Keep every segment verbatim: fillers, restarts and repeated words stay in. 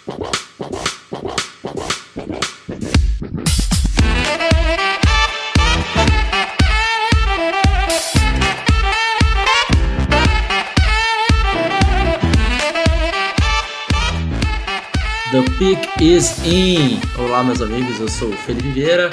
The pick is in! Olá, meus amigos, eu sou o Felipe Vieira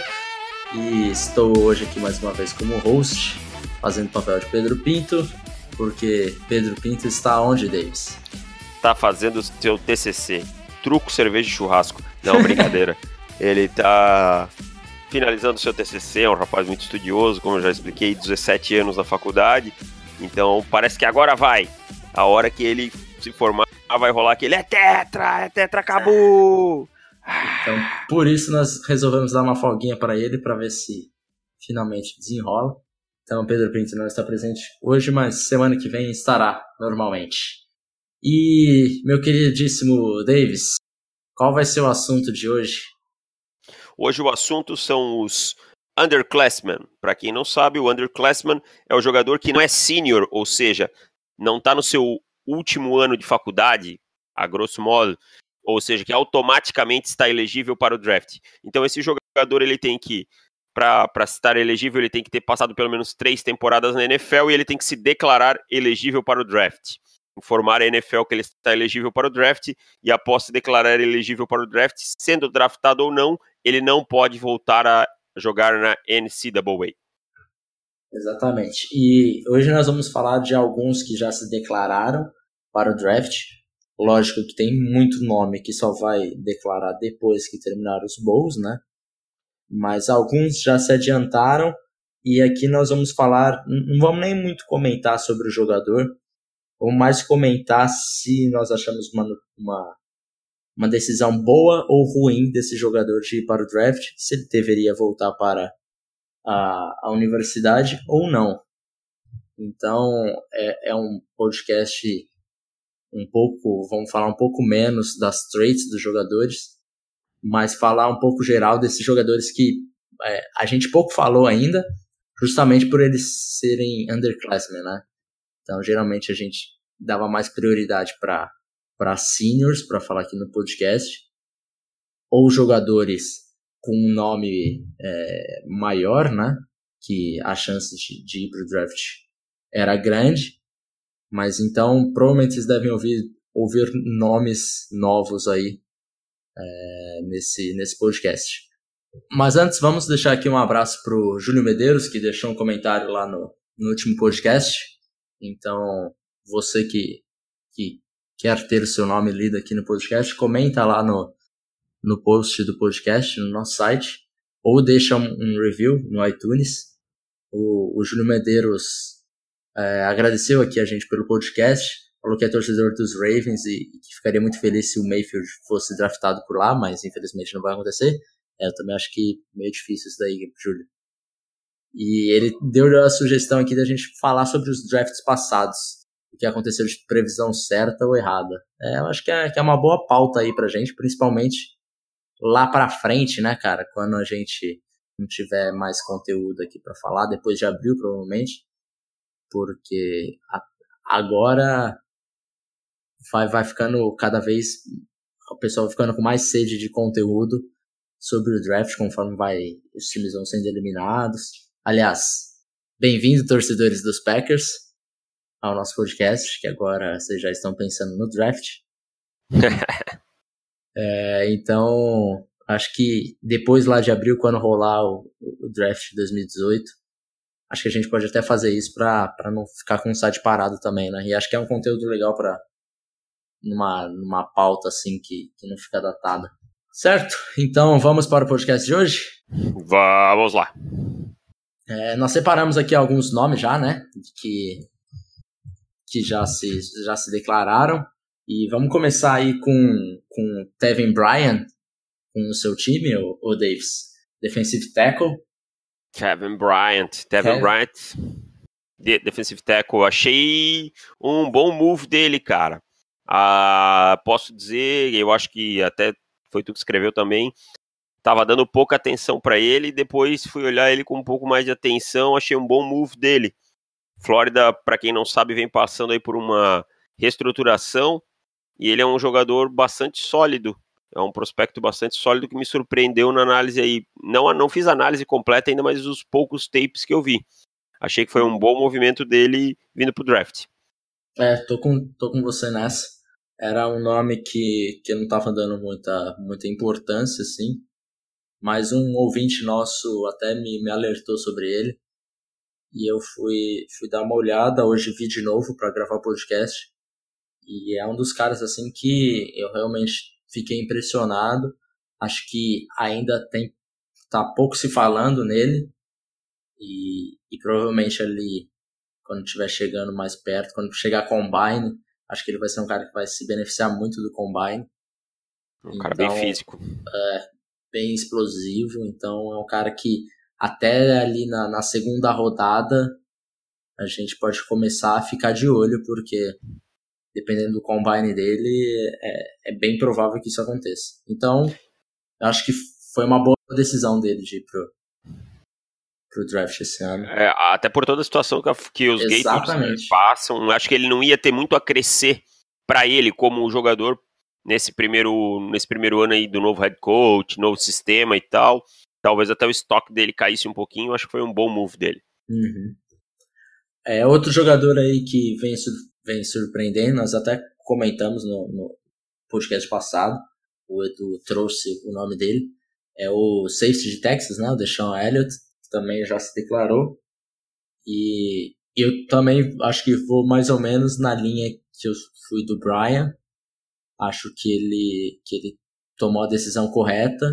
e estou hoje aqui mais uma vez como host, fazendo papel de Pedro Pinto, porque Pedro Pinto está onde, Davis? Tá fazendo o seu T C C, truco, cerveja e churrasco. Não, brincadeira. Ele tá finalizando o seu T C C, é um rapaz muito estudioso, como eu já expliquei, dezessete anos na faculdade, então parece que agora vai, a hora que ele se formar, vai rolar aquele é tetra, é tetra, acabou! Então, por isso nós resolvemos dar uma folguinha para ele, para ver se finalmente desenrola. Então, Pedro Pinto não está presente hoje, mas semana que vem estará normalmente. E, meu queridíssimo Davis, qual vai ser o assunto de hoje? Hoje o assunto são os underclassmen. Para quem não sabe, o underclassman é o jogador que não é senior, ou seja, não está no seu último ano de faculdade, a grosso modo, ou seja, que automaticamente está elegível para o draft. Então esse jogador, ele tem que, para estar elegível, ele tem que ter passado pelo menos três temporadas na N F L e ele tem que se declarar elegível para o draft. Informar a N F L que ele está elegível para o draft e após se declarar elegível para o draft, sendo draftado ou não, ele não pode voltar a jogar na N C double A. Exatamente. E hoje nós vamos falar de alguns que já se declararam para o draft. Lógico que tem muito nome que só vai declarar depois que terminar os bowls, né? Mas alguns já se adiantaram e aqui nós vamos falar, não vamos nem muito comentar sobre o jogador, vamos mais comentar se nós achamos uma, uma, uma decisão boa ou ruim desse jogador de ir para o draft, se ele deveria voltar para a, a universidade ou não. Então é, é um podcast um pouco, vamos falar um pouco menos das traits dos jogadores, mas falar um pouco geral desses jogadores que é, a gente pouco falou ainda, justamente por eles serem underclassmen, né? Então geralmente a gente dava mais prioridade para para seniors, para falar aqui no podcast, ou jogadores com um nome é, maior, né? Que a chance de, de ir para o draft era grande, mas então provavelmente vocês devem ouvir, ouvir nomes novos aí é, nesse, nesse podcast. Mas antes vamos deixar aqui um abraço para o Júlio Medeiros, que deixou um comentário lá no, no último podcast. Então você que, que quer ter o seu nome lido aqui no podcast, comenta lá no no post do podcast, no nosso site, ou deixa um, um review no iTunes. O, o Júlio Medeiros é, agradeceu aqui a gente pelo podcast, falou que é torcedor dos Ravens e, e que ficaria muito feliz se o Mayfield fosse draftado por lá, mas infelizmente não vai acontecer. É, eu também acho que é meio difícil isso daí, Júlio. E ele deu a sugestão aqui da gente falar sobre os drafts passados, o que aconteceu de previsão certa ou errada. É, eu acho que é, que é uma boa pauta aí pra gente, principalmente lá pra frente, né, cara, quando a gente não tiver mais conteúdo aqui pra falar, depois de abril, provavelmente, porque a, agora vai, vai ficando cada vez, o pessoal vai ficando com mais sede de conteúdo sobre o draft, conforme vai, os times vão sendo eliminados. Aliás, bem-vindo, torcedores dos Packers, ao nosso podcast, que agora vocês já estão pensando no draft. É, então, acho que depois lá de abril, quando rolar o, o draft de dois mil e dezoito, acho que a gente pode até fazer isso para não ficar com o site parado também, né? E acho que é um conteúdo legal para numa, numa pauta assim que, que não fica datada. Certo? Então, vamos para o podcast de hoje? Vamos lá. É, nós separamos aqui alguns nomes já, né? Que, que já, se, já se declararam. E vamos começar aí com, com Tevin Bryan, com o seu time, o, o Davis. Defensive tackle. Kevin Bryant. Tevin Bryant, de, defensive tackle. Achei um bom move dele, cara. Ah, posso dizer, eu acho que até foi tu que escreveu também, tava dando pouca atenção para ele, depois fui olhar ele com um pouco mais de atenção, achei um bom move dele. Flórida, para quem não sabe, vem passando aí por uma reestruturação, e ele é um jogador bastante sólido, é um prospecto bastante sólido que me surpreendeu na análise aí. Não, não fiz análise completa ainda, mas os poucos tapes que eu vi. Achei que foi um bom movimento dele vindo pro draft. É, tô com, tô com você nessa. Era um nome que, que eu não tava dando muita, muita importância, assim. Mas um ouvinte nosso até me, me alertou sobre ele. E eu fui, fui dar uma olhada. Hoje vi de novo para gravar o podcast. E é um dos caras, assim, que eu realmente fiquei impressionado. Acho que ainda tem, tá pouco se falando nele. E, e provavelmente ali, quando estiver chegando mais perto, quando chegar a Combine, acho que ele vai ser um cara que vai se beneficiar muito do Combine. Um então, cara bem físico. É, bem explosivo. Então é um cara que até ali na, na segunda rodada a gente pode começar a ficar de olho, porque dependendo do Combine dele, é, é bem provável que isso aconteça. Então, acho que foi uma boa decisão dele de ir pro, pro draft esse ano. É, até por toda a situação que, a, que os Gators passam, acho que ele não ia ter muito a crescer para ele como jogador nesse primeiro, nesse primeiro ano aí do novo head coach, novo sistema e tal. Talvez até o estoque dele caísse um pouquinho, acho que foi um bom move dele. Uhum. É, outro jogador aí que vem, vem surpreendendo, nós até comentamos no, no podcast passado, o Edu trouxe o nome dele, é o safety de Texas, né, o Deshaun Elliott, que também já se declarou, e eu também acho que vou mais ou menos na linha que eu fui do Brian. Acho que ele, que ele tomou a decisão correta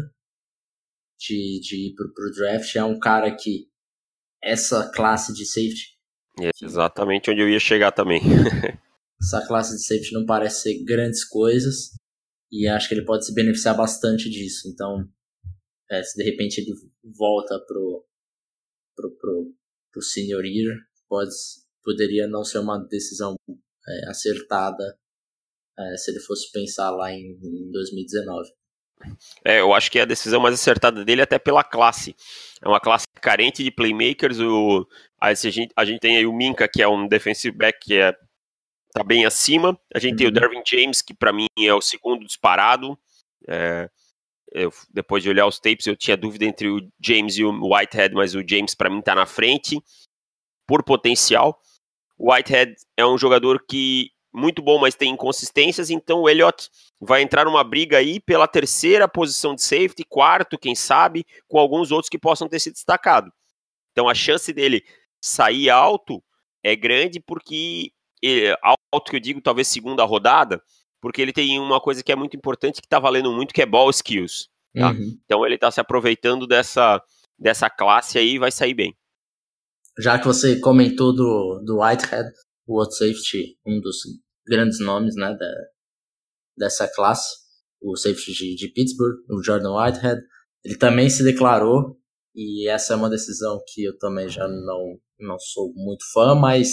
de, de ir pro, pro draft. É um cara que essa classe de safety... É exatamente onde eu ia chegar também. Essa classe de safety não parece ser grandes coisas e acho que ele pode se beneficiar bastante disso. Então, é, se de repente ele volta pro, pro, pro, pro senior year, pode, poderia não ser uma decisão é, acertada é, se ele fosse pensar lá em, em dois mil e dezenove. É, eu acho que é a decisão mais acertada dele até pela classe. É uma classe carente de playmakers. O, a, gente, a gente tem aí o Minka, que é um defensive back que é, tá bem acima. A gente uhum. tem o Derwin James, que para mim é o segundo disparado. É, eu, depois de olhar os tapes, eu tinha dúvida entre o James e o Whitehead, mas o James para mim tá na frente por potencial. O Whitehead é um jogador que muito bom, mas tem inconsistências, então o Elliott vai entrar numa briga aí pela terceira posição de safety, quarto, quem sabe, com alguns outros que possam ter se destacado. Então a chance dele sair alto é grande, porque alto que eu digo, talvez segunda rodada, porque ele tem uma coisa que é muito importante, que tá valendo muito, que é ball skills. Tá? Uhum. Então ele tá se aproveitando dessa, dessa classe aí e vai sair bem. Já que você comentou do, do Whitehead, o outro safety, um dos grandes nomes, né, da, dessa classe, o safety de, de Pittsburgh, o Jordan Whitehead, ele também se declarou, e essa é uma decisão que eu também já não, não sou muito fã, mas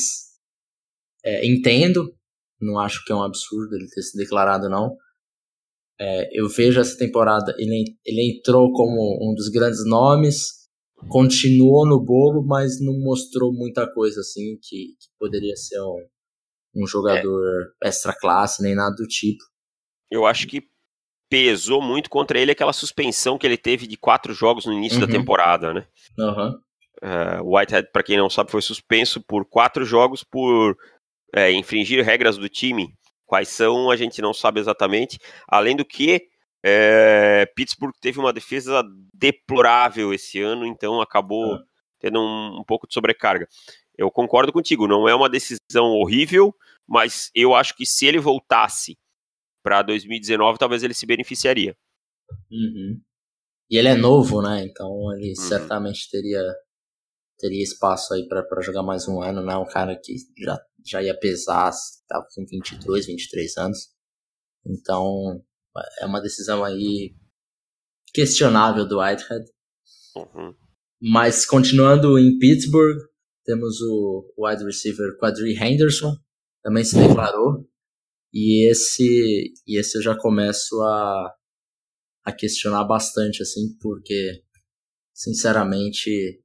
é, entendo, não acho que é um absurdo ele ter se declarado, não. É, eu vejo essa temporada, ele, ele entrou como um dos grandes nomes, continuou no bolo, mas não mostrou muita coisa assim que, que poderia ser um, um jogador é. extra classe, nem nada do tipo. Eu acho que pesou muito contra ele aquela suspensão que ele teve de quatro jogos no início uhum. da temporada, né? Uhum. Uh, o Whitehead, para quem não sabe, foi suspenso por quatro jogos por é, infringir regras do time. Quais são, a gente não sabe exatamente. Além do que, é, Pittsburgh teve uma defesa deplorável esse ano, então acabou uhum. tendo um, um pouco de sobrecarga. Eu concordo contigo, não é uma decisão horrível, mas eu acho que se ele voltasse para dois mil e dezenove, talvez ele se beneficiaria. Uhum. E ele é novo, né? Então ele uhum. certamente teria, teria espaço aí para jogar mais um ano, né? Um cara que já, já ia pesar, estava com vinte e dois, vinte e três anos. Então é uma decisão aí questionável do Whitehead. Uhum. Mas continuando em Pittsburgh, temos o wide receiver Quadri Henderson, também se declarou. E esse, e esse eu já começo a, a questionar bastante, assim, porque, sinceramente,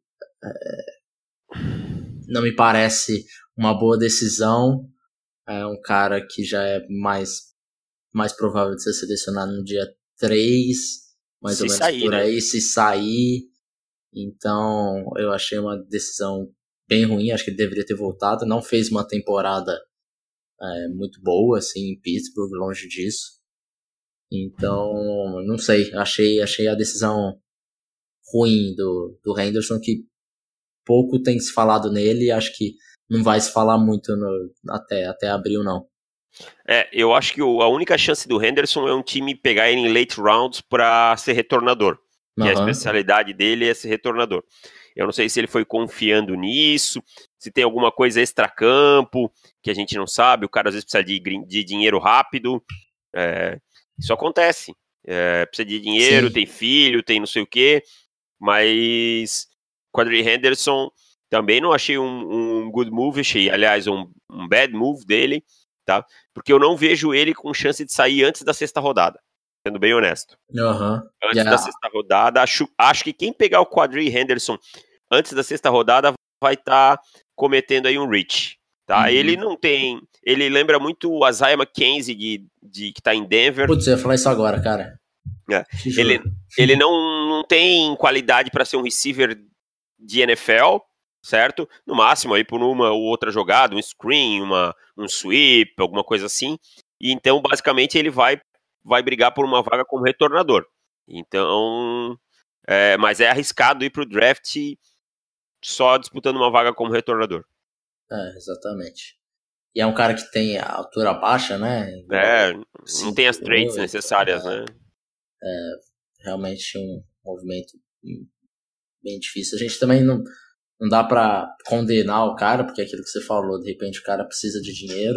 é, não me parece uma boa decisão. É um cara que já é mais, mais provável de ser selecionado no dia três, mais se ou menos sair, por né? aí, se sair. Então, eu achei uma decisão bem ruim, acho que ele deveria ter voltado. Não fez uma temporada é, muito boa, assim, em Pittsburgh, longe disso. Então, não sei, achei, achei a decisão ruim do, do Henderson, que pouco tem se falado nele, e acho que não vai se falar muito no, até, até abril, não. É, eu acho que o, a única chance do Henderson é um time pegar ele em late rounds para ser retornador, que uhum. a especialidade dele é ser retornador. Eu não sei se ele foi confiando nisso, se tem alguma coisa extracampo que a gente não sabe, o cara às vezes precisa de, de dinheiro rápido, é, isso acontece, é, precisa de dinheiro, Sim. tem filho, tem não sei o quê, mas Quadri Henderson também não achei um, um good move, achei, aliás, um, um bad move dele, tá? Porque eu não vejo ele com chance de sair antes da sexta rodada, sendo bem honesto. Uhum. Antes Yeah. da sexta rodada, acho, acho que quem pegar o Quadri Henderson antes da sexta rodada vai estar tá cometendo aí um reach, tá? Uhum. Ele não tem, ele lembra muito o Isaiah McKenzie de, de, que tá em Denver. Putz, eu ia falar isso agora, cara. É. Ele, ele não, não tem qualidade para ser um receiver de N F L, certo? No máximo aí por uma ou outra jogada, um screen, uma, um sweep, alguma coisa assim. E então, basicamente, ele vai, vai brigar por uma vaga como retornador. Então, é, mas é arriscado ir pro draft só disputando uma vaga como retornador. É, exatamente. E é um cara que tem a altura baixa, né? Igual é, não cinco, tem as traits oito, necessárias, é, né? É realmente um movimento bem difícil. A gente também não, não dá pra condenar o cara, porque é aquilo que você falou, de repente o cara precisa de dinheiro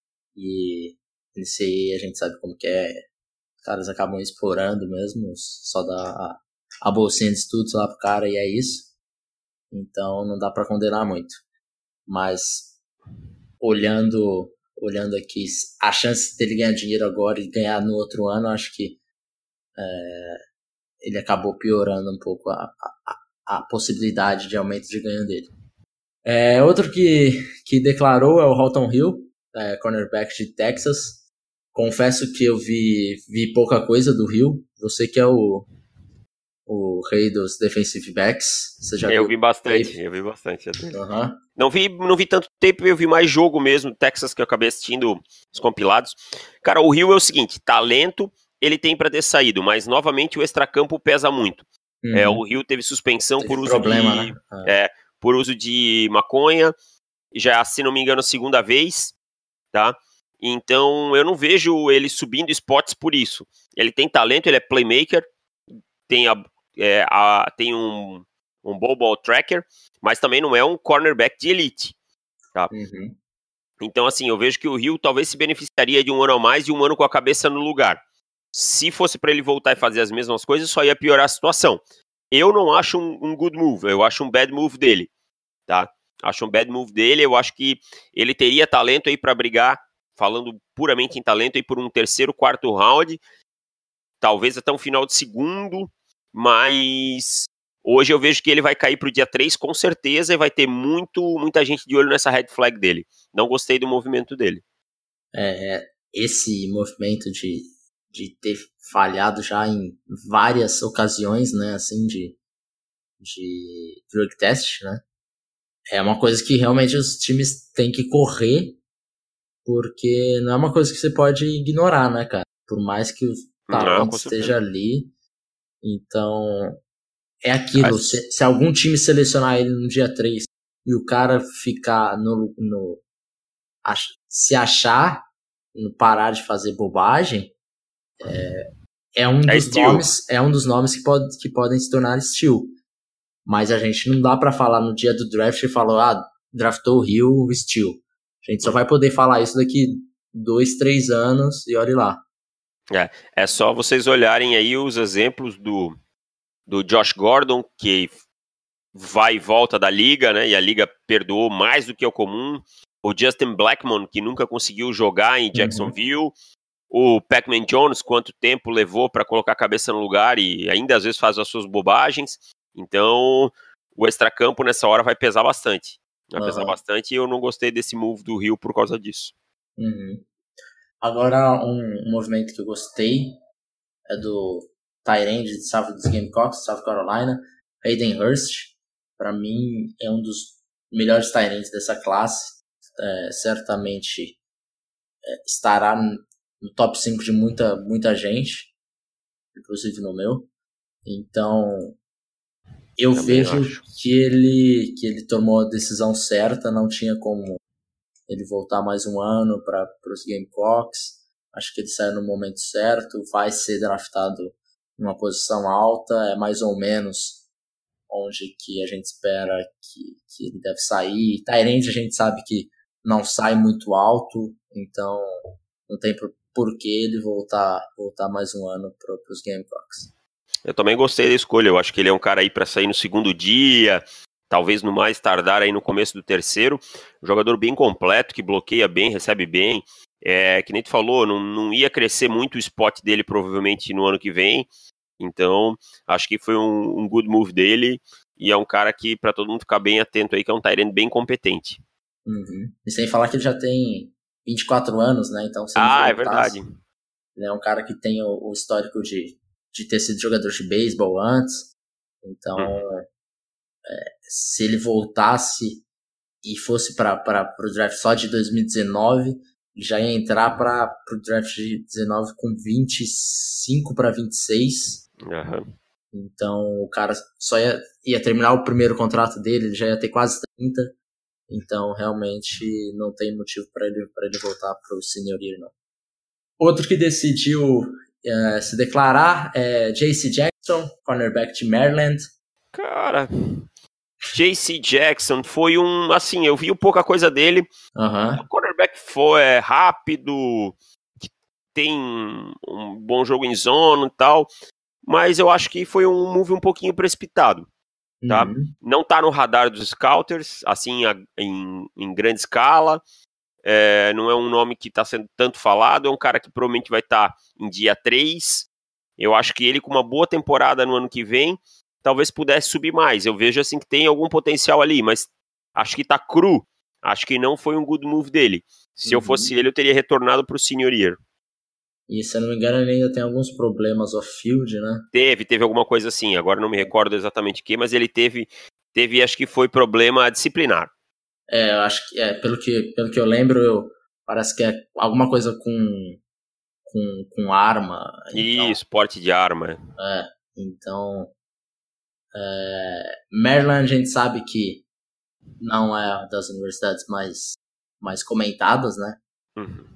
e nesse aí a gente sabe como que é. Os caras acabam explorando mesmo, só dá a, a bolsinha de estudos lá pro cara e é isso. Então não dá pra condenar muito. Mas olhando, olhando aqui, a chance dele ganhar dinheiro agora e ganhar no outro ano, acho que é, ele acabou piorando um pouco a, a, a possibilidade de aumento de ganho dele. É, outro que, que declarou é o Halton Hill, é, cornerback de Texas. Confesso que eu vi, vi pouca coisa do Hill. Você que é o, o rei dos defensive backs. Você já eu viu vi bastante, tape? eu vi bastante. Uhum. Não vi, não vi tanto tempo, eu vi mais jogo mesmo, Texas, que eu acabei assistindo os compilados. Cara, o Hill é o seguinte, talento ele tem para ter saído, mas novamente o extracampo pesa muito. Uhum. É, o Hill teve suspensão teve por uso problema, de, né? ah. é, por uso de maconha, já, se não me engano, a segunda vez, tá? Então eu não vejo ele subindo spots por isso. Ele tem talento, ele é playmaker, tem, a, é, a, tem um, um ball ball tracker, mas também não é um cornerback de elite, tá? Uhum. Então, assim, eu vejo que o Hill talvez se beneficiaria de um ano a mais e um ano com a cabeça no lugar. Se fosse para ele voltar e fazer as mesmas coisas, só ia piorar a situação. Eu não acho um, um good move, eu acho um bad move dele, tá? Acho um bad move dele, eu acho que ele teria talento aí para brigar, falando puramente em talento, aí por um terceiro, quarto round, talvez até um final de segundo, mas hoje eu vejo que ele vai cair para o dia três com certeza e vai ter muito, muita gente de olho nessa red flag dele. Não gostei do movimento dele. É, esse movimento de, de ter falhado já em várias ocasiões, né, assim, de, de drug test, né, é uma coisa que realmente os times têm que correr, porque não é uma coisa que você pode ignorar, né, cara, por mais que o talento esteja ali. Então, é aquilo, se, se algum time selecionar ele no dia três e o cara ficar no, no ach, se achar, parar de fazer bobagem, é, é um é dos steal. nomes, é um dos nomes que, pode, que podem se tornar steal. Mas a gente não dá pra falar no dia do draft e falar, ah, draftou o Hill, steal. A gente só vai poder falar isso daqui dois, três anos e olhe lá. É, é só vocês olharem aí os exemplos do, do Josh Gordon, que vai e volta da liga, né? E a liga perdoou mais do que o comum. O Justin Blackmon, que nunca conseguiu jogar em Jacksonville. Uhum. O Pac-Man Jones, quanto tempo levou para colocar a cabeça no lugar e ainda às vezes faz as suas bobagens. Então, o extracampo nessa hora vai pesar bastante. Vai uhum. pesar bastante e eu não gostei desse move do Hill por causa disso. Uhum. Agora, um movimento que eu gostei é do tight end de South dos Gamecocks, South Carolina, Hayden Hurst. Para mim é um dos melhores tight ends dessa classe. É, certamente é, estará no top cinco de muita, muita gente, inclusive no meu. Então eu Também vejo acho. que ele, que ele tomou a decisão certa, não tinha como ele voltar mais um ano para os Gamecocks. Acho que ele saiu no momento certo, vai ser draftado em uma posição alta, é mais ou menos onde que a gente espera que, que ele deve sair. Tight end a gente sabe que não sai muito alto, então não tem por, por que ele voltar, voltar mais um ano para os Gamecocks. Eu também gostei da escolha, eu acho que ele é um cara aí para sair no segundo dia, talvez no mais tardar aí no começo do terceiro, um jogador bem completo, que bloqueia bem, recebe bem, é, que nem tu falou, não, não ia crescer muito o spot dele provavelmente no ano que vem, então acho que foi um, um good move dele, e é um cara que para todo mundo ficar bem atento aí, que é um tight end bem competente. Uhum. E sem falar que ele já tem vinte e quatro anos, né, então se ele Ah, voltasse, é verdade. ele é um cara que tem o, o histórico de, de ter sido jogador de beisebol antes, então uhum. é, se ele voltasse e fosse para o draft só de dois mil e dezenove, ele já ia entrar para o draft de dezenove com vinte e cinco para vinte e seis. Uhum. Então o cara só ia, ia terminar o primeiro contrato dele, ele já ia ter quase trinta. Então realmente não tem motivo para ele, para ele voltar para o senior year, não. Outro que decidiu uh, se declarar é J C Jackson, cornerback de Maryland. Cara, J C Jackson foi um, assim, eu vi pouca coisa dele. Uhum. O cornerback foi é, rápido, tem um bom jogo em zona e tal, mas eu acho que foi um move um pouquinho precipitado, tá? Uhum. Não tá no radar dos scouters, assim, em, em grande escala, é, não é um nome que tá sendo tanto falado, é um cara que provavelmente vai estar tá em dia três, eu acho que ele com uma boa temporada no ano que vem, talvez pudesse subir mais, eu vejo assim que tem algum potencial ali, mas acho que tá cru, acho que não foi um good move dele. Se uhum. eu fosse ele, eu teria retornado pro senior year. E se eu não me engano, ele ainda tem alguns problemas off-field, né? Teve, teve alguma coisa assim, agora não me recordo exatamente o que, mas ele teve, teve, acho que foi problema disciplinar. É, eu acho que, é, pelo que, pelo que eu lembro, eu, parece que é alguma coisa com, com, com arma. Então, isso, porte de arma. É, então, é, Maryland a gente sabe que não é uma das universidades mais, mais comentadas, né? Uhum.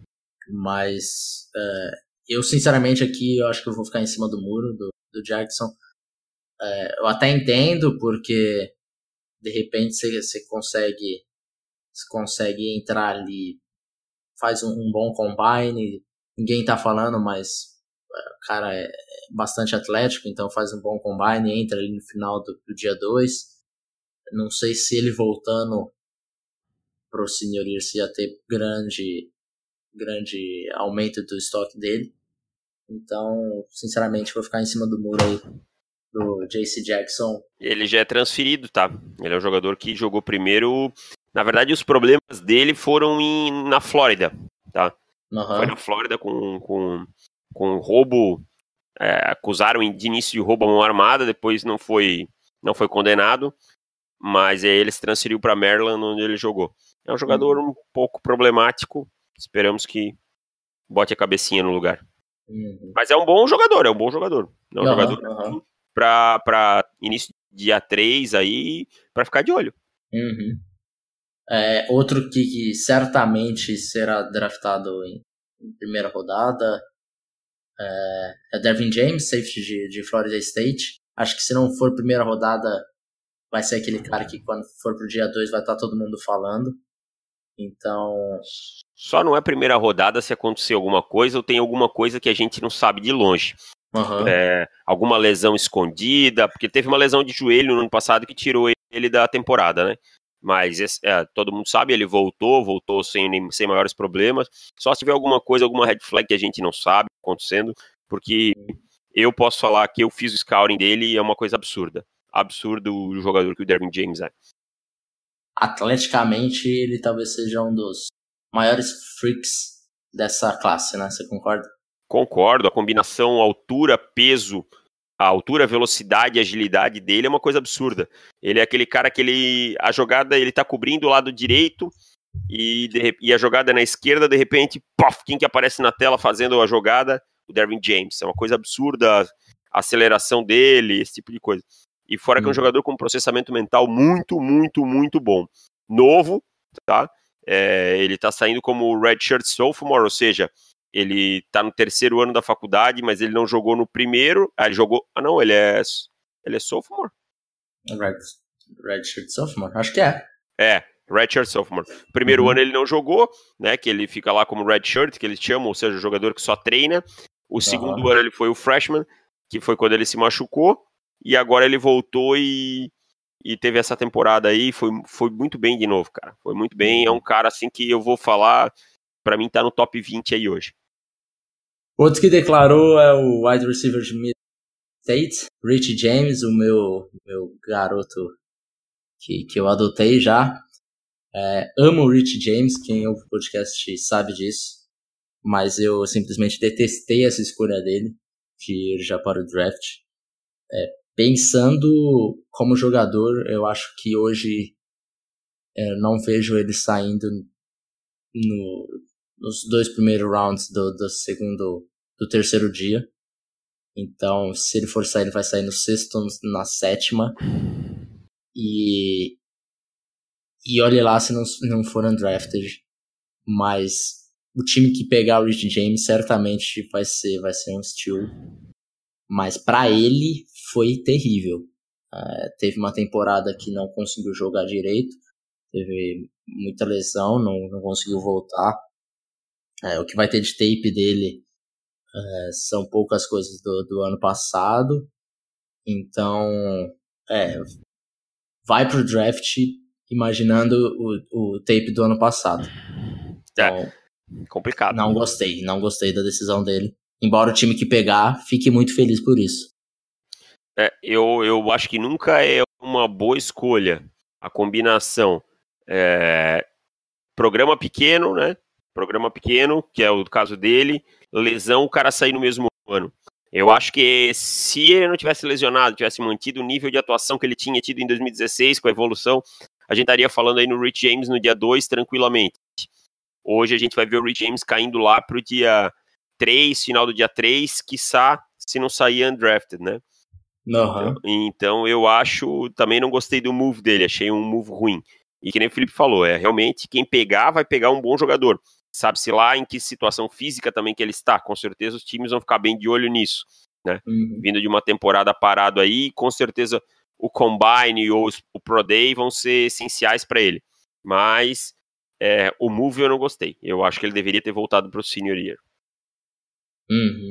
Mas é, eu sinceramente aqui eu acho que eu vou ficar em cima do muro do, do Jackson. É, eu até entendo porque de repente você, você consegue você consegue entrar ali, faz um, um bom combine, ninguém tá falando, mas o cara é bastante atlético, então faz um bom combine, entra ali no final do, do dia dois. Não sei se ele voltando pro senior year se ia ter grande grande aumento do estoque dele. Então, sinceramente, vou ficar em cima do muro aí do J C Jackson. Ele já é transferido, tá? Ele é um jogador que jogou primeiro. Na verdade, os problemas dele foram em, na Flórida, tá? Uhum. Foi na Flórida com, com, com roubo. É, acusaram de início de roubo a mão armada, depois não foi, não foi condenado. Mas aí ele se transferiu para Maryland, onde ele jogou. É um jogador uhum. um pouco problemático. Esperamos que bote a cabecinha no lugar. Uhum. Mas é um bom jogador, é um bom jogador. É um uhum, jogador uhum. para início de dia três aí, para ficar de olho. Uhum. É, outro que, que certamente será draftado em, em primeira rodada é, é Dervin James, safety de, de Florida State. Acho que se não for primeira rodada, vai ser aquele cara que quando for pro dia dois vai estar todo mundo falando. Então... Só não é primeira rodada se acontecer alguma coisa ou tem alguma coisa que a gente não sabe de longe. Uhum. É, alguma lesão escondida, porque teve uma lesão de joelho no ano passado que tirou ele da temporada, né? Mas esse, é, todo mundo sabe, ele voltou, voltou sem, sem maiores problemas. Só se tiver alguma coisa, alguma red flag que a gente não sabe acontecendo, porque eu posso falar que eu fiz o scouting dele e é uma coisa absurda. Absurdo o jogador que o Derwin James é. Atleticamente, ele talvez seja um dos maiores freaks dessa classe, né? Você concorda? Concordo, a combinação altura, peso, a altura, velocidade e agilidade dele é uma coisa absurda. Ele é aquele cara que ele, a jogada, ele tá cobrindo o lado direito e, de, e a jogada na esquerda, de repente, pof, quem que aparece na tela fazendo a jogada? O Derwin James. É uma coisa absurda a aceleração dele, esse tipo de coisa. E fora que é um Hum. jogador com processamento mental muito, muito, muito bom. Novo, tá? É, ele tá saindo como redshirt sophomore, ou seja, ele tá no terceiro ano da faculdade, mas ele não jogou no primeiro. Ah, ele jogou... Ah, não, ele é... Ele é sophomore? Red, Redshirt Sophomore? Acho que é. É, redshirt sophomore. Primeiro Uhum. ano ele não jogou, né? Que ele fica lá como redshirt, que eles chamam, ou seja, o jogador que só treina. O segundo Uhum. ano ele foi o freshman, que foi quando ele se machucou. E agora ele voltou e, e teve essa temporada aí. Foi, foi muito bem de novo, cara. Foi muito bem. É um cara assim que eu vou falar... Pra mim tá no top vinte aí hoje. Outro que declarou é o wide receiver de Michigan State, Richie James, o meu, meu garoto que, que eu adotei já. É, amo o Richie James, quem ouve o podcast sabe disso, mas eu simplesmente detestei essa escolha dele, de ir já para o draft. É, pensando como jogador, eu acho que hoje é, não vejo ele saindo no, nos dois primeiros rounds do, do segundo, do terceiro dia. Então, se ele for sair, ele vai sair no sexto, na sétima. E, e olhe lá se não, não for undrafted. Mas o time que pegar o Richie James certamente vai ser, vai ser um steal. Mas pra ele foi terrível. Uh, teve uma temporada que não conseguiu jogar direito. Teve muita lesão, não, não conseguiu voltar. É, o que vai ter de tape dele é, são poucas coisas do, do ano passado. Então, é, vai pro draft imaginando o, o tape do ano passado. Então, É, complicado. Não gostei, não gostei da decisão dele. Embora o time que pegar fique muito feliz por isso. É, eu, eu acho que nunca é uma boa escolha a combinação é, programa pequeno, né? Programa pequeno, que é o caso dele, lesão, o cara sair no mesmo ano. Eu acho que se ele não tivesse lesionado, tivesse mantido o nível de atuação que ele tinha tido em dois mil e dezesseis, com a evolução, a gente estaria falando aí no Rich James no dia dois tranquilamente. Hoje a gente vai ver o Rich James caindo lá pro dia três, final do dia três, quiçá se não sair undrafted, né? Uhum. Então, então eu acho, também não gostei do move dele, achei um move ruim. E que nem o Felipe falou, é realmente quem pegar vai pegar um bom jogador. Sabe-se lá em que situação física também que ele está. Com certeza os times vão ficar bem de olho nisso, né? Uhum. Vindo de uma temporada parado aí, com certeza o Combine ou o Pro Day vão ser essenciais para ele. Mas é, o move eu não gostei. Eu acho que ele deveria ter voltado para o Senior Year. Uhum.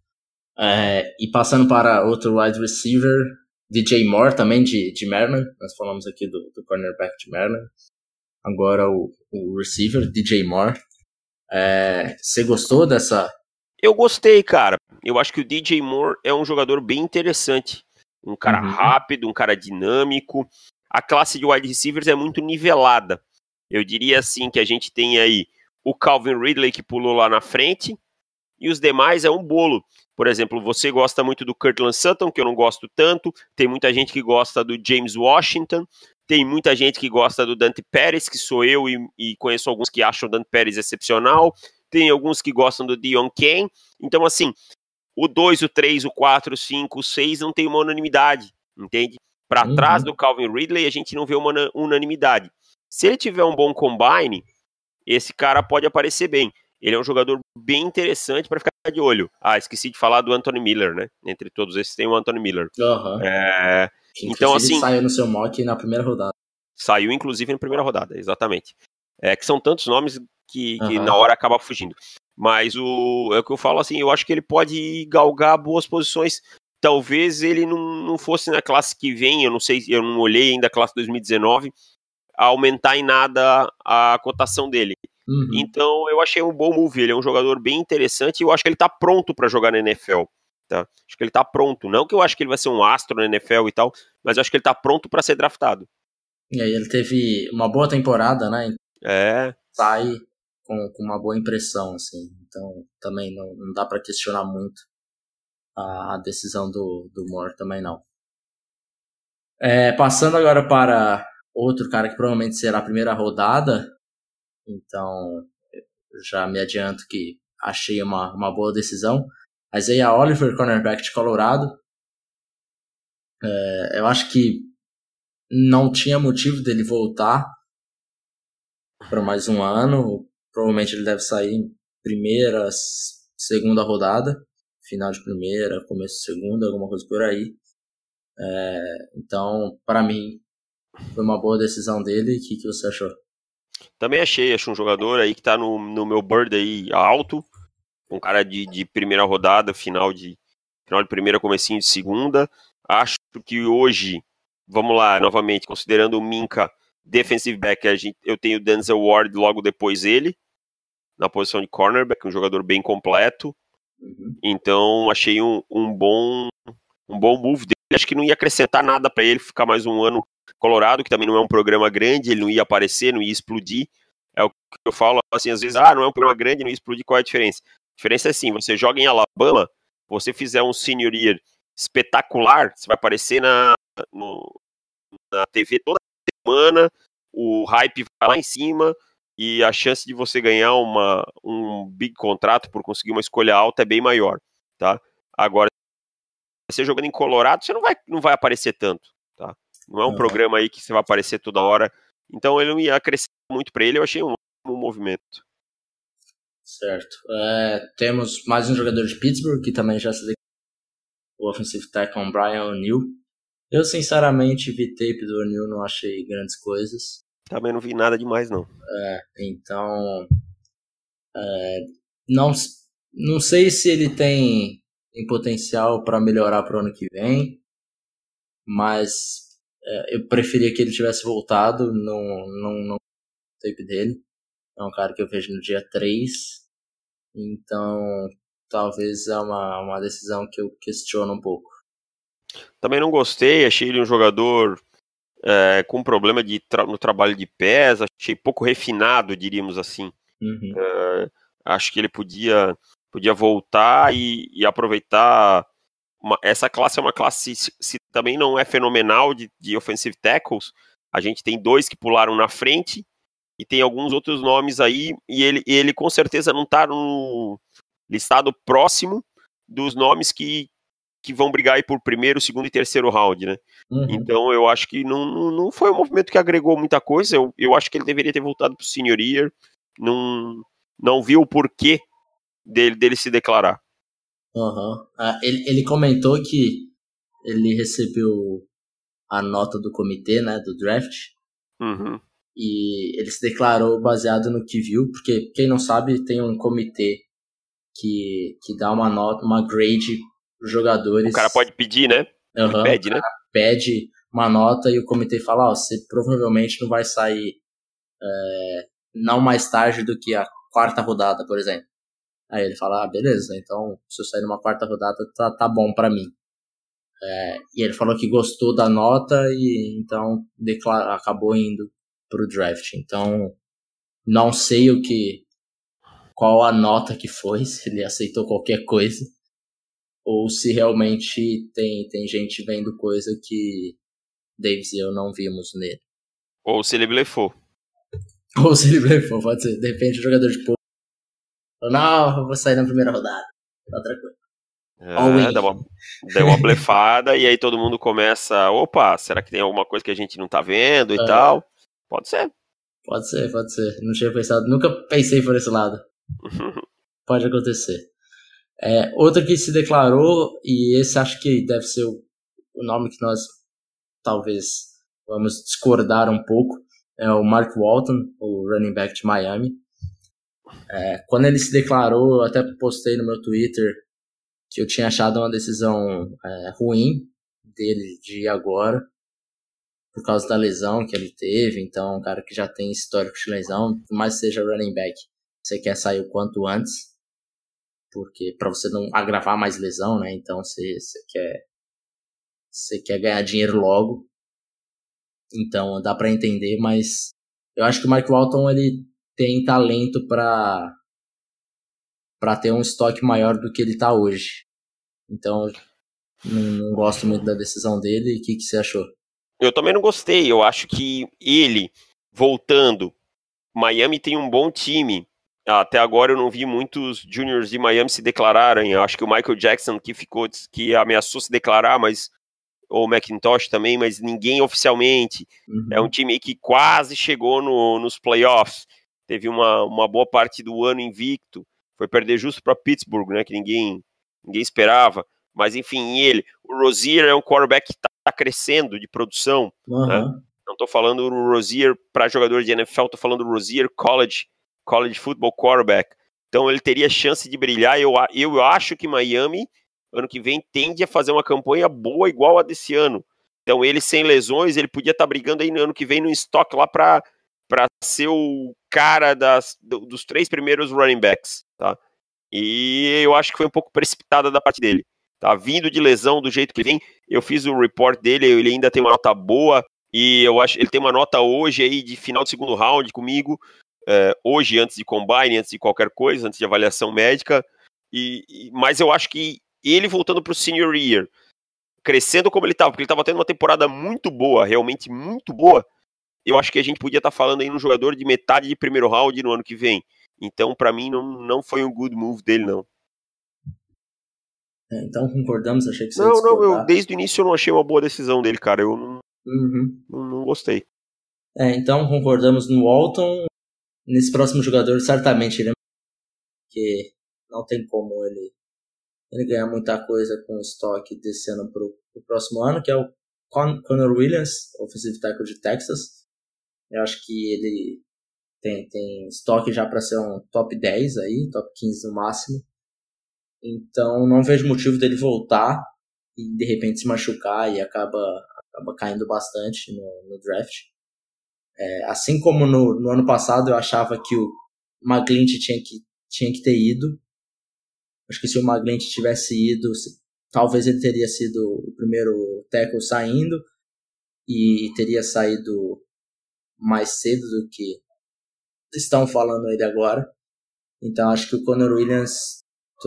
É, e passando para outro wide receiver, D J Moore, também de, de Maryland. Nós falamos aqui do, do cornerback de Maryland. Agora o, o receiver, D J Moore. É, você gostou dessa? Eu gostei, cara. Eu acho que o D J Moore é um jogador bem interessante. Um cara Uhum. rápido, um cara dinâmico. A classe de wide receivers é muito nivelada. Eu diria assim que a gente tem aí o Calvin Ridley que pulou lá na frente e os demais é um bolo. Por exemplo, você gosta muito do Courtland Sutton, que eu não gosto tanto. Tem muita gente que gosta do James Washington. Tem muita gente que gosta do Dante Pérez, que sou eu e, e conheço alguns que acham o Dante Pérez excepcional. Tem alguns que gostam do Dion Kane. Então, assim, o dois, o três, o quatro, o cinco, o seis não tem uma unanimidade, entende? Para Uhum. trás do Calvin Ridley, a gente não vê uma unanimidade. Se ele tiver um bom combine, esse cara pode aparecer bem. Ele é um jogador bem interessante para ficar de olho. Ah, esqueci de falar do Anthony Miller, né? Entre todos esses tem o Anthony Miller. Uhum. É... Que, então, assim... saiu no seu mock na primeira rodada. Saiu, inclusive, na primeira rodada, exatamente. É que são tantos nomes que, que Uhum. na hora acaba fugindo. Mas o, é o que eu falo, assim, eu acho que ele pode galgar boas posições. Talvez ele não, não fosse na classe que vem, eu não sei, eu não olhei ainda a classe dois mil e dezenove, a aumentar em nada a cotação dele. Uhum. Então eu achei um bom move, ele é um jogador bem interessante e eu acho que ele tá pronto para jogar na N F L. Tá? Acho que ele tá pronto, não que eu acho que ele vai ser um astro na N F L e tal, mas eu acho que ele tá pronto para ser draftado. E aí ele teve uma boa temporada, né? É. Sai com, com uma boa impressão, assim. Então, também não, não dá para questionar muito a, a decisão do, do Moore, também não. É, passando agora para outro cara que provavelmente será a primeira rodada, então já me adianto que achei uma, uma boa decisão. Isaiah Oliver, cornerback de Colorado. É, eu acho que não tinha motivo dele voltar para mais um ano. Provavelmente ele deve sair em primeira, segunda rodada, final de primeira, começo de segunda, alguma coisa por aí. É, então, para mim, foi uma boa decisão dele. O que, que você achou? Também achei, acho um jogador aí que tá no, no meu board aí alto, um cara de, de primeira rodada, final de, final de primeira, comecinho de segunda. Acho que hoje, vamos lá, novamente, considerando o Minka defensive back, a gente, eu tenho o Denzel Ward logo depois dele, na posição de cornerback, um jogador bem completo. Uhum. Então, achei um, um bom um bom move dele. Acho que não ia acrescentar nada para ele ficar mais um ano Colorado, que também não é um programa grande, ele não ia aparecer, não ia explodir. É o que eu falo, assim, às vezes, ah, não é um programa grande, não ia explodir, qual é a diferença? A diferença é assim, você joga em Alabama, você fizer um senior year espetacular, você vai aparecer na, no, na T V toda semana, o hype vai lá em cima, e a chance de você ganhar uma, um big contrato por conseguir uma escolha alta é bem maior, tá? Agora, você jogando em Colorado, você não vai, não vai aparecer tanto, tá? Não é um Uhum. programa aí que você vai aparecer toda hora. Então ele não ia crescer muito para ele, eu achei um, um movimento. Certo. É, temos mais um jogador de Pittsburgh, que também já se declarou, o offensive tackle Brian O'Neill. Eu, sinceramente, vi tape do O'Neill, não achei grandes coisas. Também não vi nada demais, não. É, então, é, não, não sei se ele tem, tem potencial para melhorar para o ano que vem, mas é, eu preferia que ele tivesse voltado no, no, no tape dele. É um cara que eu vejo no dia três, então talvez é uma, uma decisão que eu questiono um pouco. Também não gostei, achei ele um jogador é, com problema de tra no trabalho de pés, achei pouco refinado, diríamos assim. Uhum. É, acho que ele podia, podia voltar e, e aproveitar. Uma, essa classe é uma classe, se, se também não é fenomenal de, de offensive tackles, a gente tem dois que pularam na frente e tem alguns outros nomes aí, e ele, ele com certeza não está no listado próximo dos nomes que, que vão brigar aí por primeiro, segundo e terceiro round, né? Uhum. Então eu acho que não, não foi um movimento que agregou muita coisa, eu, eu acho que ele deveria ter voltado pro senior year, não, não viu o porquê dele, dele se declarar. Uhum. Ah, ele, ele comentou que ele recebeu a nota do comitê, né, do draft, Uhum. e ele se declarou baseado no que viu, porque quem não sabe tem um comitê que, que dá uma nota, uma grade para os jogadores. O cara pode pedir, né? Uhum, ele pede, né? Pede uma nota e o comitê fala, ó, você provavelmente não vai sair é, não mais tarde do que a quarta rodada, por exemplo. Aí ele fala, ah, beleza, então se eu sair numa quarta rodada tá, tá bom pra mim. É, e ele falou que gostou da nota e então declara, acabou indo pro draft. Então não sei o que, qual a nota que foi, se ele aceitou qualquer coisa, ou se realmente tem, tem gente vendo coisa que Davis e eu não vimos nele. Ou se ele blefou. Ou se ele blefou, pode ser. De repente o jogador de pouco não, eu vou sair na primeira rodada. Outra coisa. É, dá uma, dá uma blefada e aí todo mundo começa, opa, será que tem alguma coisa que a gente não tá vendo e é. tal? Pode ser. Pode ser, pode ser. Não tinha pensado, nunca pensei por esse lado. Pode acontecer. É, outro que se declarou, e esse acho que deve ser o, o nome que nós talvez vamos discordar um pouco, é o Mark Walton, o running back de Miami. É, quando ele se declarou, eu até postei no meu Twitter que eu tinha achado uma decisão é, ruim dele de ir agora, por causa da lesão que ele teve. Então, um cara que já tem histórico de lesão, por mais que seja running back, você quer sair o quanto antes, porque para você não agravar mais lesão, né? Então, você, você quer você quer ganhar dinheiro logo. Então, dá para entender, mas eu acho que o Mike Walton, ele tem talento para para ter um estoque maior do que ele está hoje. Então, não, não gosto muito da decisão dele. O que, que você achou? Eu também não gostei. Eu acho que ele, voltando, Miami tem um bom time. Até agora eu não vi muitos juniors de Miami se declararem. Eu acho que o Michael Jackson que ficou, que ameaçou se declarar, mas ou o McIntosh também, mas ninguém oficialmente. Uhum. É um time que quase chegou no, nos playoffs. Teve uma, uma boa parte do ano invicto. Foi perder justo para Pittsburgh, né? Que ninguém, ninguém esperava. Mas enfim, ele, o Rozier é um quarterback que está crescendo de produção. Uhum. Né? Não estou falando do Rozier para jogador de N F L, estou falando do Rozier college, college football quarterback. Então ele teria chance de brilhar. Eu, eu acho que Miami, ano que vem, tende a fazer uma campanha boa igual a desse ano. Então ele sem lesões, ele podia estar tá brigando aí no ano que vem no estoque lá para para ser o cara das, dos três primeiros running backs, tá? E eu acho que foi um pouco precipitada da parte dele. Tá vindo de lesão do jeito que vem. Eu fiz o report dele, ele ainda tem uma nota boa. E eu acho ele tem uma nota hoje aí de final de segundo round comigo. É, hoje, antes de combine, antes de qualquer coisa, antes de avaliação médica. E, e, mas eu acho que ele voltando para o senior year, crescendo como ele estava, porque ele estava tendo uma temporada muito boa, realmente muito boa. Eu acho que a gente podia estar tá falando aí num jogador de metade de primeiro round no ano que vem. Então, para mim, não, não foi um good move dele, não. É, então, concordamos, achei que você Não, não, eu, desde o início eu não achei uma boa decisão dele, cara. Eu não, uhum. não, não gostei. É, então, concordamos no Walton. Nesse próximo jogador, certamente, ele porque não tem como ele, ele ganhar muita coisa com o estoque desse ano para o próximo ano, que é o Con- Connor Williams, offensive tackle de Texas. Eu acho que ele tem, tem estoque já para ser um top dez aí, top quinze no máximo. Então não vejo motivo dele voltar e de repente se machucar e acaba, acaba caindo bastante no, no draft. É, assim como no, no ano passado eu achava que o McGlinchey tinha que, tinha que ter ido. Acho que se o McGlinchey tivesse ido, talvez ele teria sido o primeiro tackle saindo e teria saído mais cedo do que estão falando ele agora. Então acho que o Connor Williams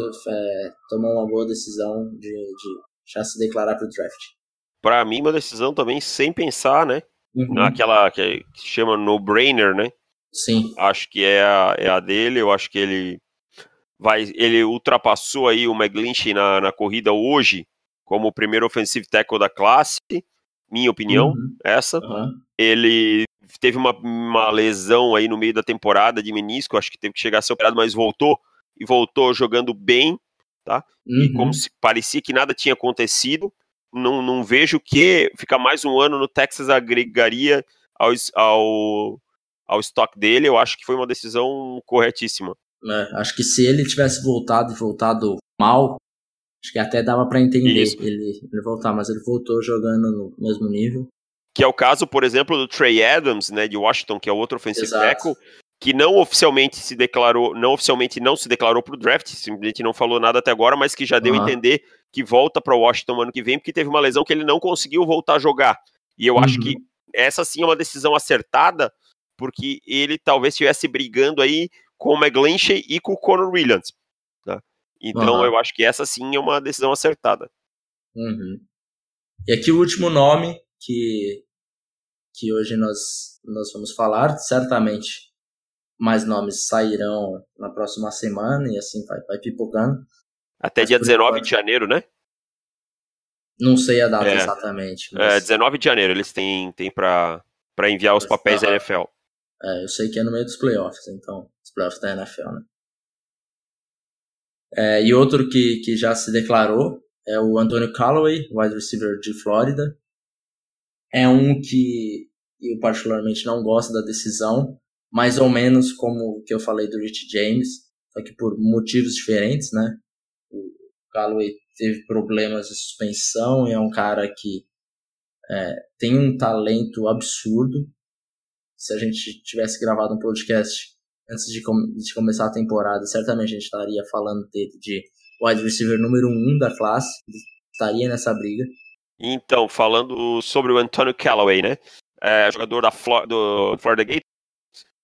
é, tomou uma boa decisão de, de já se declarar para o draft. Para mim, uma decisão também sem pensar, né? Uhum. Naquela que chama no-brainer, né? Sim. Acho que é a, é a dele. Eu acho que ele vai, ele ultrapassou aí o McGlinchey na, na corrida hoje como o primeiro offensive tackle da classe. Minha opinião, uhum. essa. Uhum. Ele teve uma, uma lesão aí no meio da temporada de menisco, acho que teve que chegar a ser operado, mas voltou, e voltou jogando bem, tá? Uhum. E como se parecia que nada tinha acontecido, não, não vejo que ficar mais um ano no Texas agregaria ao, ao, ao estoque dele. Eu acho que foi uma decisão corretíssima. É, acho que se ele tivesse voltado e voltado mal, acho que até dava para entender ele, ele voltar, mas ele voltou jogando no mesmo nível. Que é o caso, por exemplo, do Trey Adams, né, de Washington, que é outro offensive tackle, que não oficialmente se declarou, não oficialmente não se declarou para o draft, simplesmente não falou nada até agora, mas que já deu a uhum. entender que volta para o Washington ano que vem, porque teve uma lesão que ele não conseguiu voltar a jogar. E eu uhum. acho que essa sim é uma decisão acertada, porque ele talvez estivesse brigando aí com o McGlinchey e com o Connor Williams. Tá? Então uhum. eu acho que essa sim é uma decisão acertada. Uhum. E aqui o último nome que, que hoje nós, nós vamos falar, certamente mais nomes sairão na próxima semana e assim vai, vai pipocando. Até mas dia dezenove enquanto, de janeiro, né? Não sei a data é, exatamente. Mas... É, dezenove de janeiro eles têm, têm para enviar os papéis da N F L. É, eu sei que é no meio dos playoffs, então, os playoffs da N F L, né? É, e outro que, que já se declarou é o Antonio Callaway, wide receiver de Flórida. É um que eu particularmente não gosto da decisão, mais ou menos como o que eu falei do Rich James, só que por motivos diferentes, né? O Callaway teve problemas de suspensão e é um cara que é, tem um talento absurdo. Se a gente tivesse gravado um podcast antes de, com- de começar a temporada, certamente a gente estaria falando dele de wide receiver número um da classe, ele estaria nessa briga. Então, falando sobre o Antonio Callaway, né? É, jogador da Flor- do Florida Gators,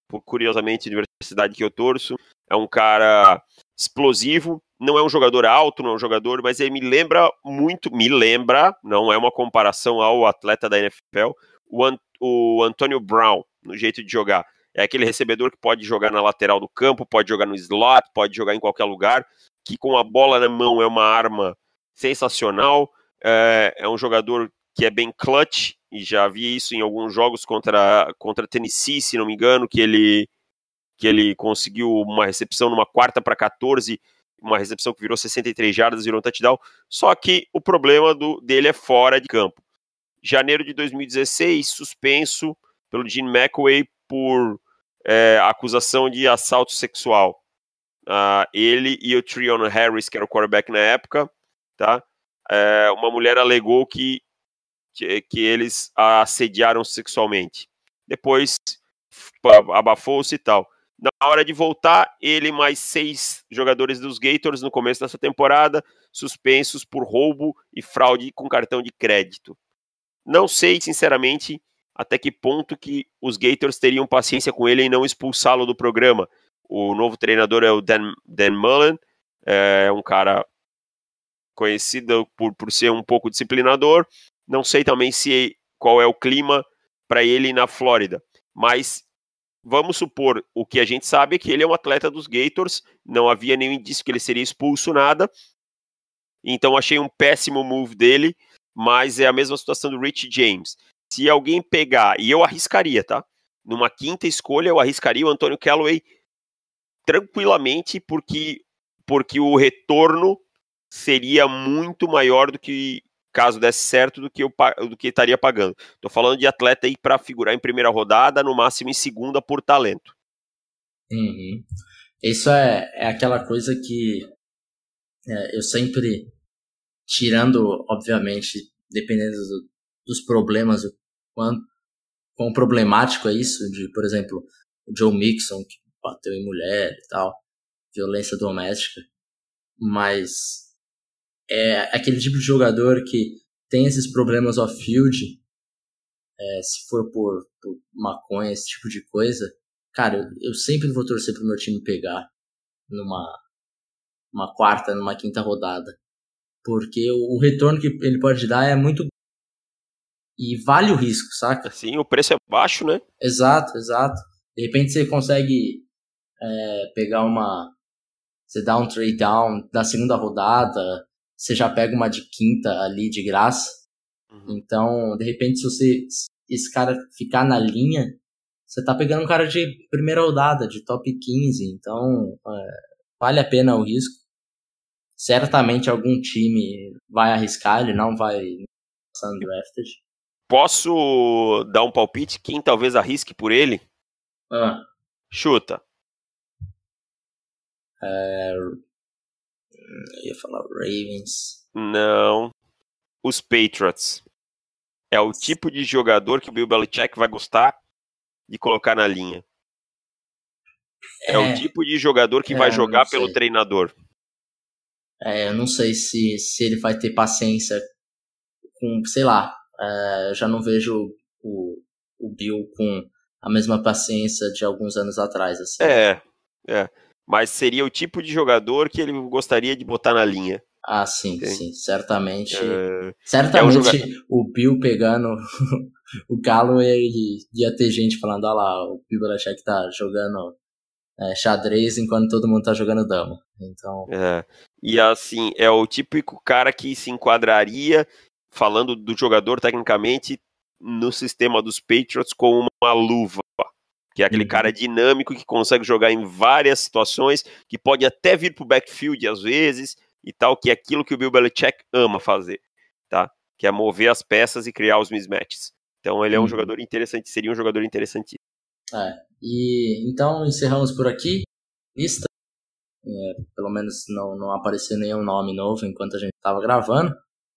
por, curiosamente, a universidade que eu torço. É um cara explosivo, não é um jogador alto, não é um jogador, mas ele me lembra muito, me lembra, não é uma comparação ao atleta da N F L, o, An- o Antonio Brown, no jeito de jogar. É aquele recebedor que pode jogar na lateral do campo, pode jogar no slot, pode jogar em qualquer lugar, que com a bola na mão é uma arma sensacional, é, é um jogador que é bem clutch, e já vi isso em alguns jogos contra, contra Tennessee, se não me engano, que ele, que ele conseguiu uma recepção numa quarta para quatorze, uma recepção que virou sessenta e três jardas, virou um touchdown, só que o problema do, dele é fora de campo. Janeiro de dois mil e dezesseis, suspenso pelo Gene McAway por é, acusação de assalto sexual. Uh, ele e o Treon Harris, que era o quarterback na época, tá? É, uma mulher alegou que, que, que eles a assediaram sexualmente. Depois abafou-se e tal. Na hora de voltar, ele e mais seis jogadores dos Gators no começo dessa temporada, suspensos por roubo e fraude com cartão de crédito. Não sei, sinceramente, até que ponto que os Gators teriam paciência com ele e não expulsá-lo do programa. O novo treinador é o Dan, Dan Mullen, é um cara conhecido por, por ser um pouco disciplinador. Não sei também se qual é o clima para ele na Flórida, mas vamos supor, o que a gente sabe é que ele é um atleta dos Gators, não havia nenhum indício que ele seria expulso, nada. Então achei um péssimo move dele, mas é a mesma situação do Rich James. Se alguém pegar, e eu arriscaria, tá? Numa quinta escolha, eu arriscaria o Antonio Callaway tranquilamente, porque, porque o retorno seria muito maior do que, caso desse certo, do que, eu, do que estaria pagando. Tô falando de atleta aí para figurar em primeira rodada, no máximo em segunda por talento. Uhum. Isso é, é aquela coisa que é, eu sempre, tirando, obviamente, dependendo do, dos problemas, o quão, quão problemático é isso, de, por exemplo, o Joe Mixon, que bateu em mulher e tal, violência doméstica, mas é aquele tipo de jogador que tem esses problemas off-field, é, se for por, por maconha, esse tipo de coisa, cara, eu, eu sempre vou torcer pro meu time pegar numa uma quarta, numa quinta rodada, porque o, o retorno que ele pode dar é muito e vale o risco, saca? Sim, o preço é baixo, né? Exato, exato. De repente você consegue é, pegar uma, você dá um trade down na segunda rodada, você já pega uma de quinta ali de graça. Uhum. Então, de repente, se você esse cara ficar na linha, você tá pegando um cara de primeira rodada, de top quinze. Então, é, vale a pena o risco. Certamente algum time vai arriscar, ele não vai passar undrafted. Posso dar um palpite? Quem talvez arrisque por ele? Ah. Chuta. É... Eu ia falar Ravens. Não. Os Patriots. É o tipo de jogador que o Bill Belichick vai gostar de colocar na linha. É, é o tipo de jogador que é, vai jogar pelo treinador. É, eu não sei se, se ele vai ter paciência com, sei lá, é, eu já não vejo o, o Bill com a mesma paciência de alguns anos atrás, assim. É, é. Mas seria o tipo de jogador que ele gostaria de botar na linha. Ah, sim, Entende? sim, certamente. É, certamente é um jogador... o Bill pegando o Galo e ia ter gente falando, olha lá, o Bill Belichick tá jogando é, xadrez enquanto todo mundo tá jogando dama. Então... É. E assim, é o típico cara que se enquadraria, falando do jogador tecnicamente, no sistema dos Patriots com uma luva. Que é aquele uhum. cara dinâmico que consegue jogar em várias situações, que pode até vir pro backfield às vezes e tal, que é aquilo que o Bill Belichick ama fazer, tá? Que é mover as peças e criar os mismatches. Então ele é um uhum. jogador interessante, seria um jogador interessante. É, e então encerramos por aqui. Lista. É, pelo menos não, não apareceu nenhum nome novo enquanto a gente estava gravando.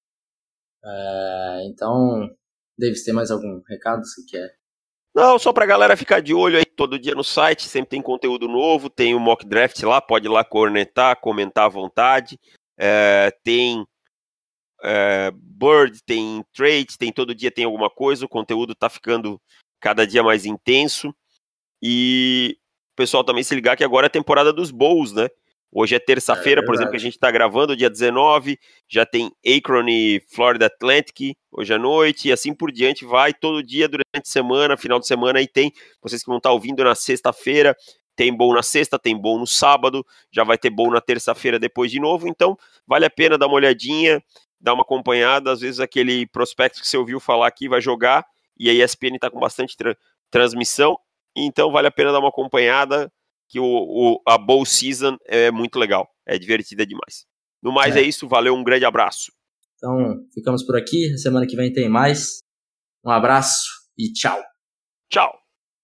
É, então, Davis, tem mais algum recado que você quer? Não, só pra galera ficar de olho aí todo dia no site, sempre tem conteúdo novo, tem o mock draft lá, pode ir lá cornetar, comentar à vontade, é, tem é, Bird, tem trade, tem todo dia tem alguma coisa, o conteúdo tá ficando cada dia mais intenso, E o pessoal também se ligar que agora é a temporada dos bowls, né? Hoje é terça-feira, É por exemplo, que a gente está gravando, dia dezenove, já tem Akron e Florida Atlantic hoje à noite, e assim por diante vai, todo dia durante a semana, final de semana, aí tem, vocês que vão estar ouvindo na sexta-feira, tem bowl na sexta, tem bowl no sábado, já vai ter bowl na terça-feira depois de novo, então vale a pena dar uma olhadinha, dar uma acompanhada, às vezes aquele prospecto que você ouviu falar aqui vai jogar, e a E S P N está com bastante tra- transmissão, então vale a pena dar uma acompanhada, que o, o, a Bowl Season é muito legal, é divertida demais. No mais é, é isso, valeu, um grande abraço. Então, ficamos por aqui, semana que vem tem mais. Um abraço e tchau. Tchau.